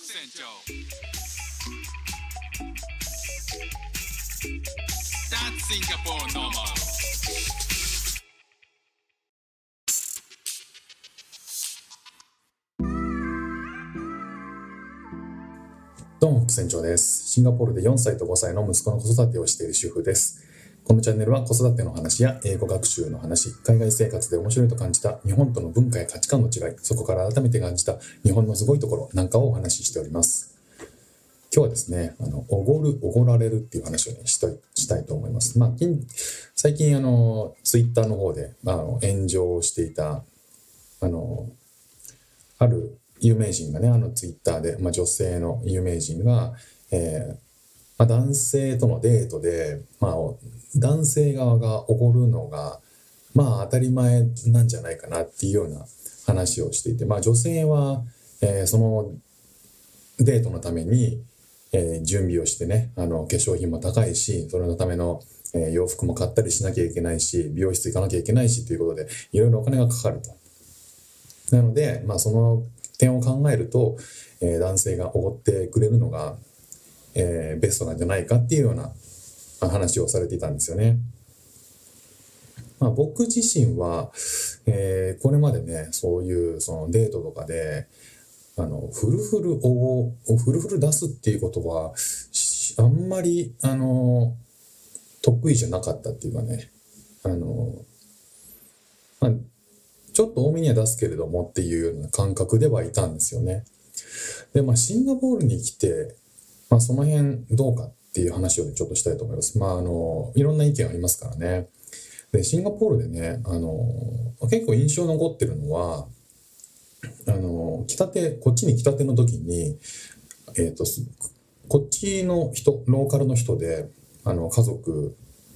船長 That's Singapore normal。 どうも副船長です。シンガポールで4歳と5歳の息子の子育てをしている主婦です。このチャンネルは子育ての話や英語学習の話、海外生活で面白いと感じた日本との文化や価値観の違い、そこから改めて感じた日本のすごいところなんかをお話ししております。今日はですね、おごられるっていう話を、ね、したいと思います。最近ツイッターの方で、炎上していたある有名人がね、ツイッターで、女性の有名人が、男性とのデートで、男性側がおごるのが、当たり前なんじゃないかなっていうような話をしていて、女性は、そのデートのために、準備をしてね、化粧品も高いし、それのための、洋服も買ったりしなきゃいけないし、美容室行かなきゃいけないしということで、いろいろお金がかかると。なので、その点を考えると、男性がおごってくれるのが、ベストなんじゃないかっていうような話をされていたんですよね。僕自身は、これまでね、そういうそのデートとかでフルフル出すっていうことはあんまり得意じゃなかったっていうかね、ちょっと多めには出すけれどもっていうような感覚ではいたんですよね。で、シンガポールに来て、その辺どうかっていう話を、ね、ちょっとしたいと思います。いろんな意見ありますからね。で、シンガポールでね、結構印象残ってるのは、こっちに来たての時に、こっちの人、ローカルの人で、家族、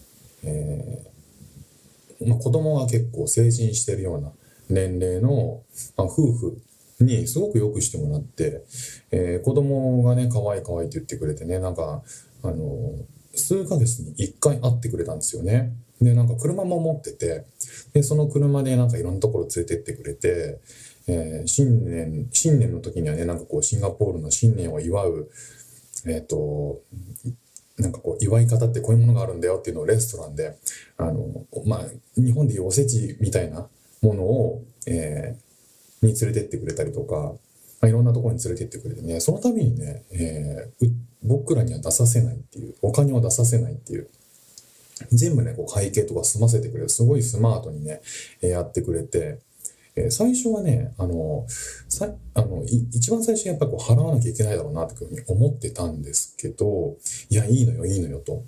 子供が結構成人してるような年齢の、夫婦にすごくよくしてもらって、子供がね、可愛い可愛いって言ってくれてね、数ヶ月に1回会ってくれたんですよね。で、車も持ってて、で、その車でいろんなところ連れてってくれて、新年の時にはね、シンガポールの新年を祝う、祝い方ってこういうものがあるんだよっていうのをレストランで、日本でいうおせちみたいなものを、に連れてってくれたりとか、いろんなところに連れてってくれてね、その度にね、僕らには出させないっていう、お金を出させないっていう、全部ね、会計とか済ませてくれる、すごいスマートにね、やってくれて、最初はね、一番最初にやっぱり払わなきゃいけないだろうなっていうふうに思ってたんですけど、いや、いいのよと。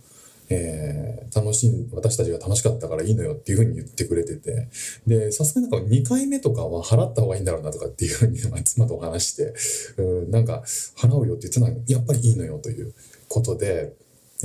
私たちが楽しかったからいいのよっていうふうに言ってくれてて、で、さすがに2回目とかは払った方がいいんだろうなとかっていうふうに、妻とお話して、払うよって言ってたのに、やっぱりいいのよということで、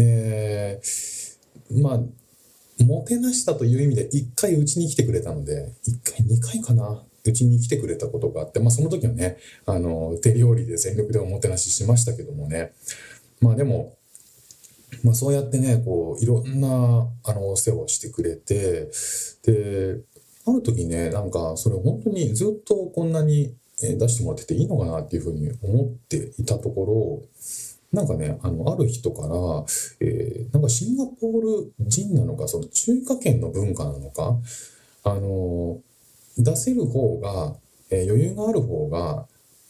もてなしたという意味で1回うちに来てくれたので、2回かな、うちに来てくれたことがあって、その時はね、手料理で全力でおもてなししましたけどもね、でも、そうやってね、いろんなお世話をしてくれて、で、ある時ね、それ本当にずっとこんなに出してもらってていいのかなっていうふうに思っていたところ、ある人から、シンガポール人なのか、その中華圏の文化なのか、出せる方が、余裕がある方が、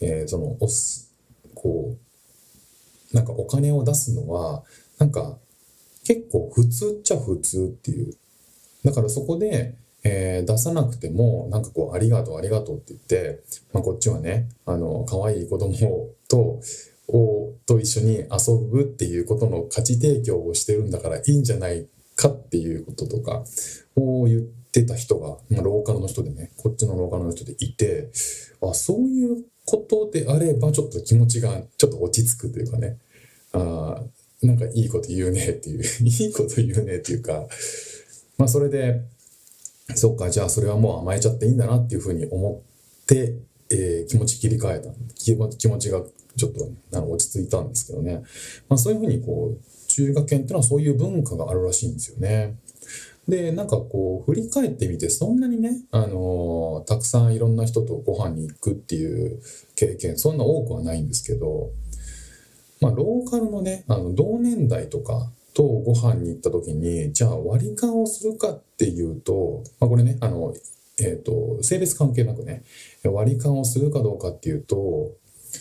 お金を出すのは、結構普通っちゃ普通っていう。だからそこで、出さなくても、ありがとうありがとうって言って、こっちはね、可愛い子供と一緒に遊ぶっていうことの価値提供をしてるんだからいいんじゃないかっていうこととかを言ってた人が、ローカルの人でね、こっちのローカルの人でいて、そういうことであればちょっと気持ちがちょっと落ち着くというかね、いいこと言うねっていういいこと言うねっていうか、それでそっか、じゃあそれはもう甘えちゃっていいんだなっていうふうに思って、気持ち切り替えた気持ちがちょっと落ち着いたんですけどね、そういうふうに中華圏ってのはそういう文化があるらしいんですよね。 で、なんかこう、振り返ってみて、そんなにね、たくさんいろんな人とご飯に行くっていう経験、そんな多くはないんですけど、まあ、ローカルのね、同年代とかとご飯に行った時に、じゃあ割り勘をするかっていうと、まあ、これね、性別関係なくね、割り勘をするかどうかっていうと、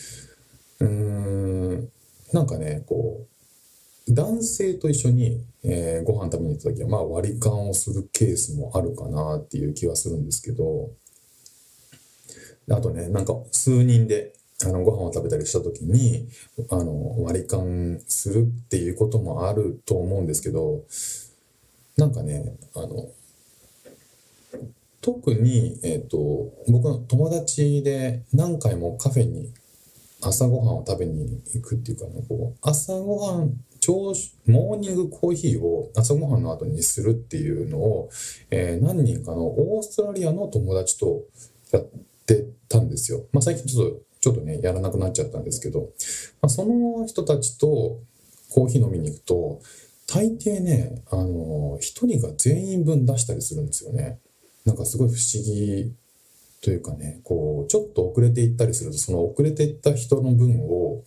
なんかね、こう、男性と一緒に、ご飯食べに行った時は、まあ割り勘をするケースもあるかなっていう気はするんですけど、あとね、なんか数人でご飯を食べたりした時に割り勘するっていうこともあると思うんですけど、なんかね、特に、僕の友達で何回もカフェに朝ごはんを食べに行くっていうかね、こう朝ごはんモーニングコーヒーを朝ごはんの後にするっていうのを、何人かのオーストラリアの友達とやってたんですよ。まあ、最近ちょっとねやらなくなっちゃったんですけど、まあ、その人たちとコーヒー飲みに行くと大抵ね、一人が全員分出したりするんですよね。なんかすごい不思議というかね、こうちょっと遅れていったりすると、その遅れていった人の分を、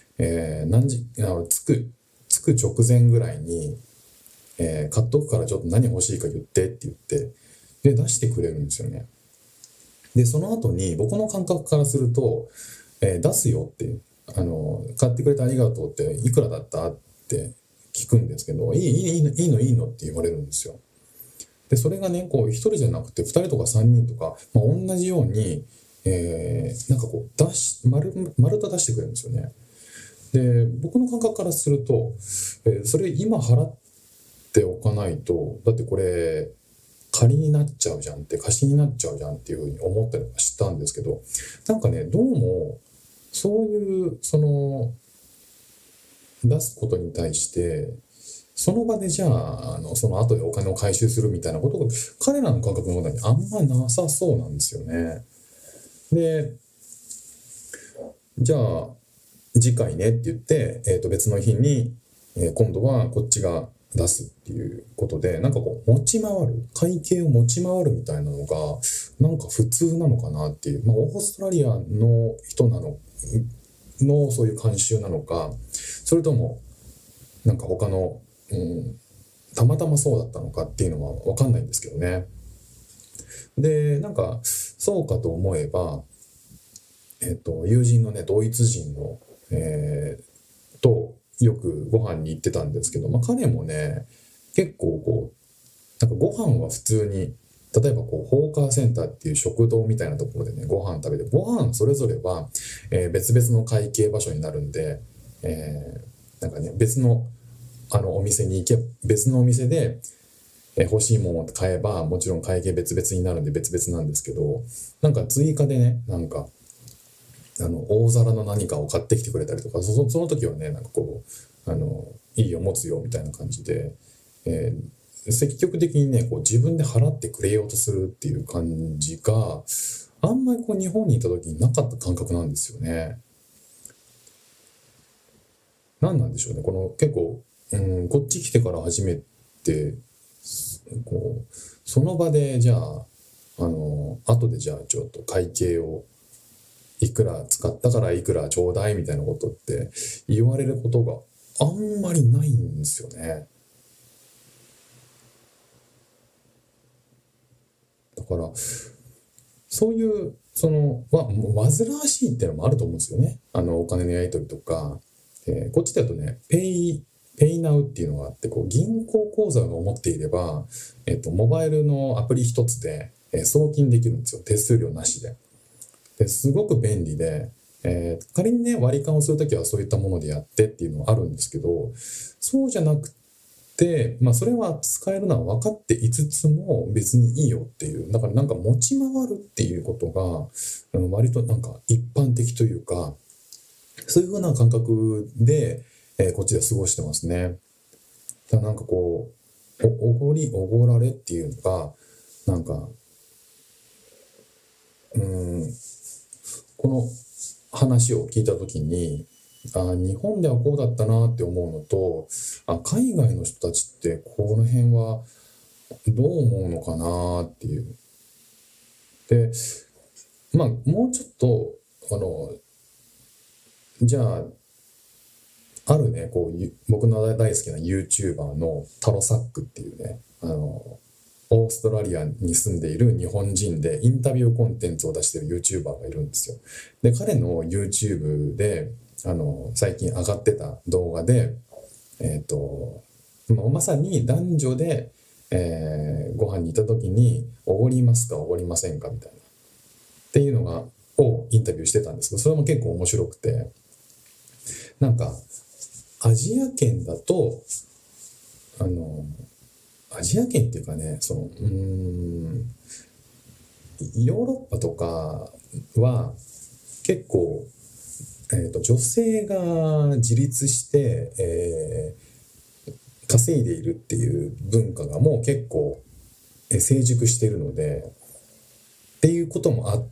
着く直前ぐらいに、買っとくからちょっと何欲しいか言ってって言ってで出してくれるんですよね。でその後に僕の感覚からすると、出すよって買ってくれてありがとうっていくらだったって聞くんですけど、いいのって言われるんですよ。でそれがね、こう一人じゃなくて2人とか3人とか、まあ、同じように、なんかこう丸と出してくれるんですよね。で僕の感覚からすると、それ今払っておかないと、だってこれ借りになっちゃうじゃんって、貸しになっちゃうじゃんっていうふうに思ったりしたんですけど、なんかね、どうもそういう出すことに対してその場でじゃあ、その後でお金を回収するみたいなことが彼らの感覚の中にあんまなさそうなんですよね。で、じゃあ次回ねって言って、別の日に、今度はこっちが出すっていうことで、なんかこう会計を持ち回るみたいなのがなんか普通なのかなっていう、まあ、オーストラリアの人のそういう慣習なのか、それともなんか他の、たまたまそうだったのかっていうのは分かんないんですけどね。でなんかそうかと思えば、友人のねドイツ人の、とよくご飯に行ってたんですけど、まあ、彼もね結構こうなんかご飯は普通に、例えばこうホーカーセンターっていう食堂みたいなところでねご飯食べて、ご飯それぞれは、別々の会計場所になるんで、なんかね別のお店に行け別のお店で欲しいものを買えばもちろん会計別々になるんで別々なんですけど、なんか追加でね、なんか大皿の何かを買ってきてくれたりとか、その時はねなんかこういいよ持つよみたいな感じで、積極的にねこう自分で払ってくれようとするっていう感じがあんまりこう日本にいた時になかった感覚なんですよね。何なんでしょうね、この結構、こっち来てから初めてこうその場でじゃあ後でじゃあちょっと会計をいくら使ったからいくらちょうだいみたいなことって言われることがあんまりないんですよね。だからそういう煩わしいっていうのもあると思うんですよね。お金のやり取りとか、こっちだとねペイナウっていうのがあって、こう銀行口座を持っていれば、モバイルのアプリ一つで、送金できるんですよ、手数料なしで。ですごく便利で、仮にね割り勘をするときはそういったものでやってっていうのはあるんですけど、そうじゃなくて、まあ、それは使えるのは分かっていつつも別にいいよっていう、だからなんか持ち回るっていうことが、割となんか一般的というか、そういう風な感覚で、こっちで過ごしてますね。だからなんかこうおごられっていうのがなんかこの話を聞いた時に、日本ではこうだったなって思うのと、海外の人たちってこの辺はどう思うのかなっていう。で、まあもうちょっとじゃああるね、こう僕の大好きな YouTuber のタロサックっていうね、オーストラリアに住んでいる日本人でインタビューコンテンツを出している YouTuber がいるんですよ。で、彼の YouTube で最近上がってた動画で、まさに男女で、ご飯に行った時におごりますかおごりませんかみたいなっていうのをインタビューしてたんですけど、それも結構面白くて、なんかアジア圏だとアジア圏っていうかね、ヨーロッパとかは結構、女性が自立して、稼いでいるっていう文化がもう結構、成熟しているのでっていうこともあって、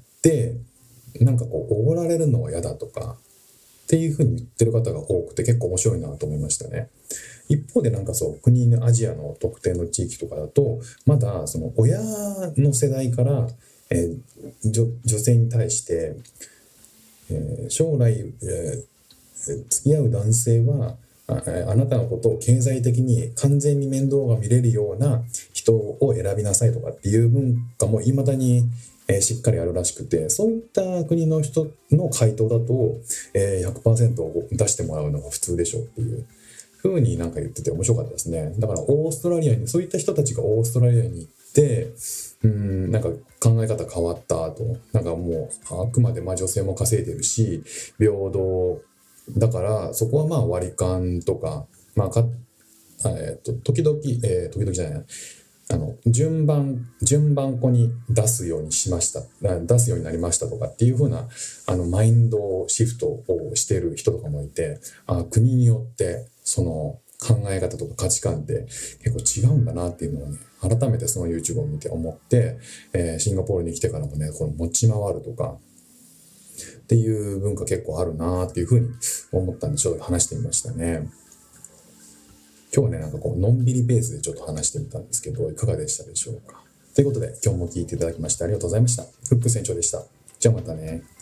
なんかこうおごられるのは嫌だとかっていうふうに言ってる方が多くて結構面白いなと思いましたね。一方でなんかそう国のアジアの特定の地域とかだとまだその親の世代から、女性に対して、将来、付き合う男性はあなたのことを経済的に完全に面倒が見れるような人を選びなさいとかっていう文化も未だにしっかりあるらしくて、そういった国の人の回答だと 100% を出してもらうのが普通でしょっていう風になんか言ってて面白かったですね。だからオーストラリアにそういった人たちがオーストラリアに行ってなんか考え方変わったと、なんかもうあくまでまあ女性も稼いでるし平等だからそこはまあ割り勘とか、まあ時々じゃない、順番子に出すようにしました、出すようになりましたとかっていう風なマインドシフトをしている人とかもいて、国によってその考え方とか価値観って結構違うんだなっていうのをね、改めてその YouTube を見て思って、シンガポールに来てからもね、この持ち回るとかっていう文化結構あるなっていう風に思ったんでちょっと話してみましたね。今日はね、なんかこうのんびりペースでちょっと話してみたんですけどいかがでしたでしょうか。ということで今日も聞いていただきましてありがとうございました。フック船長でした。じゃあまたね。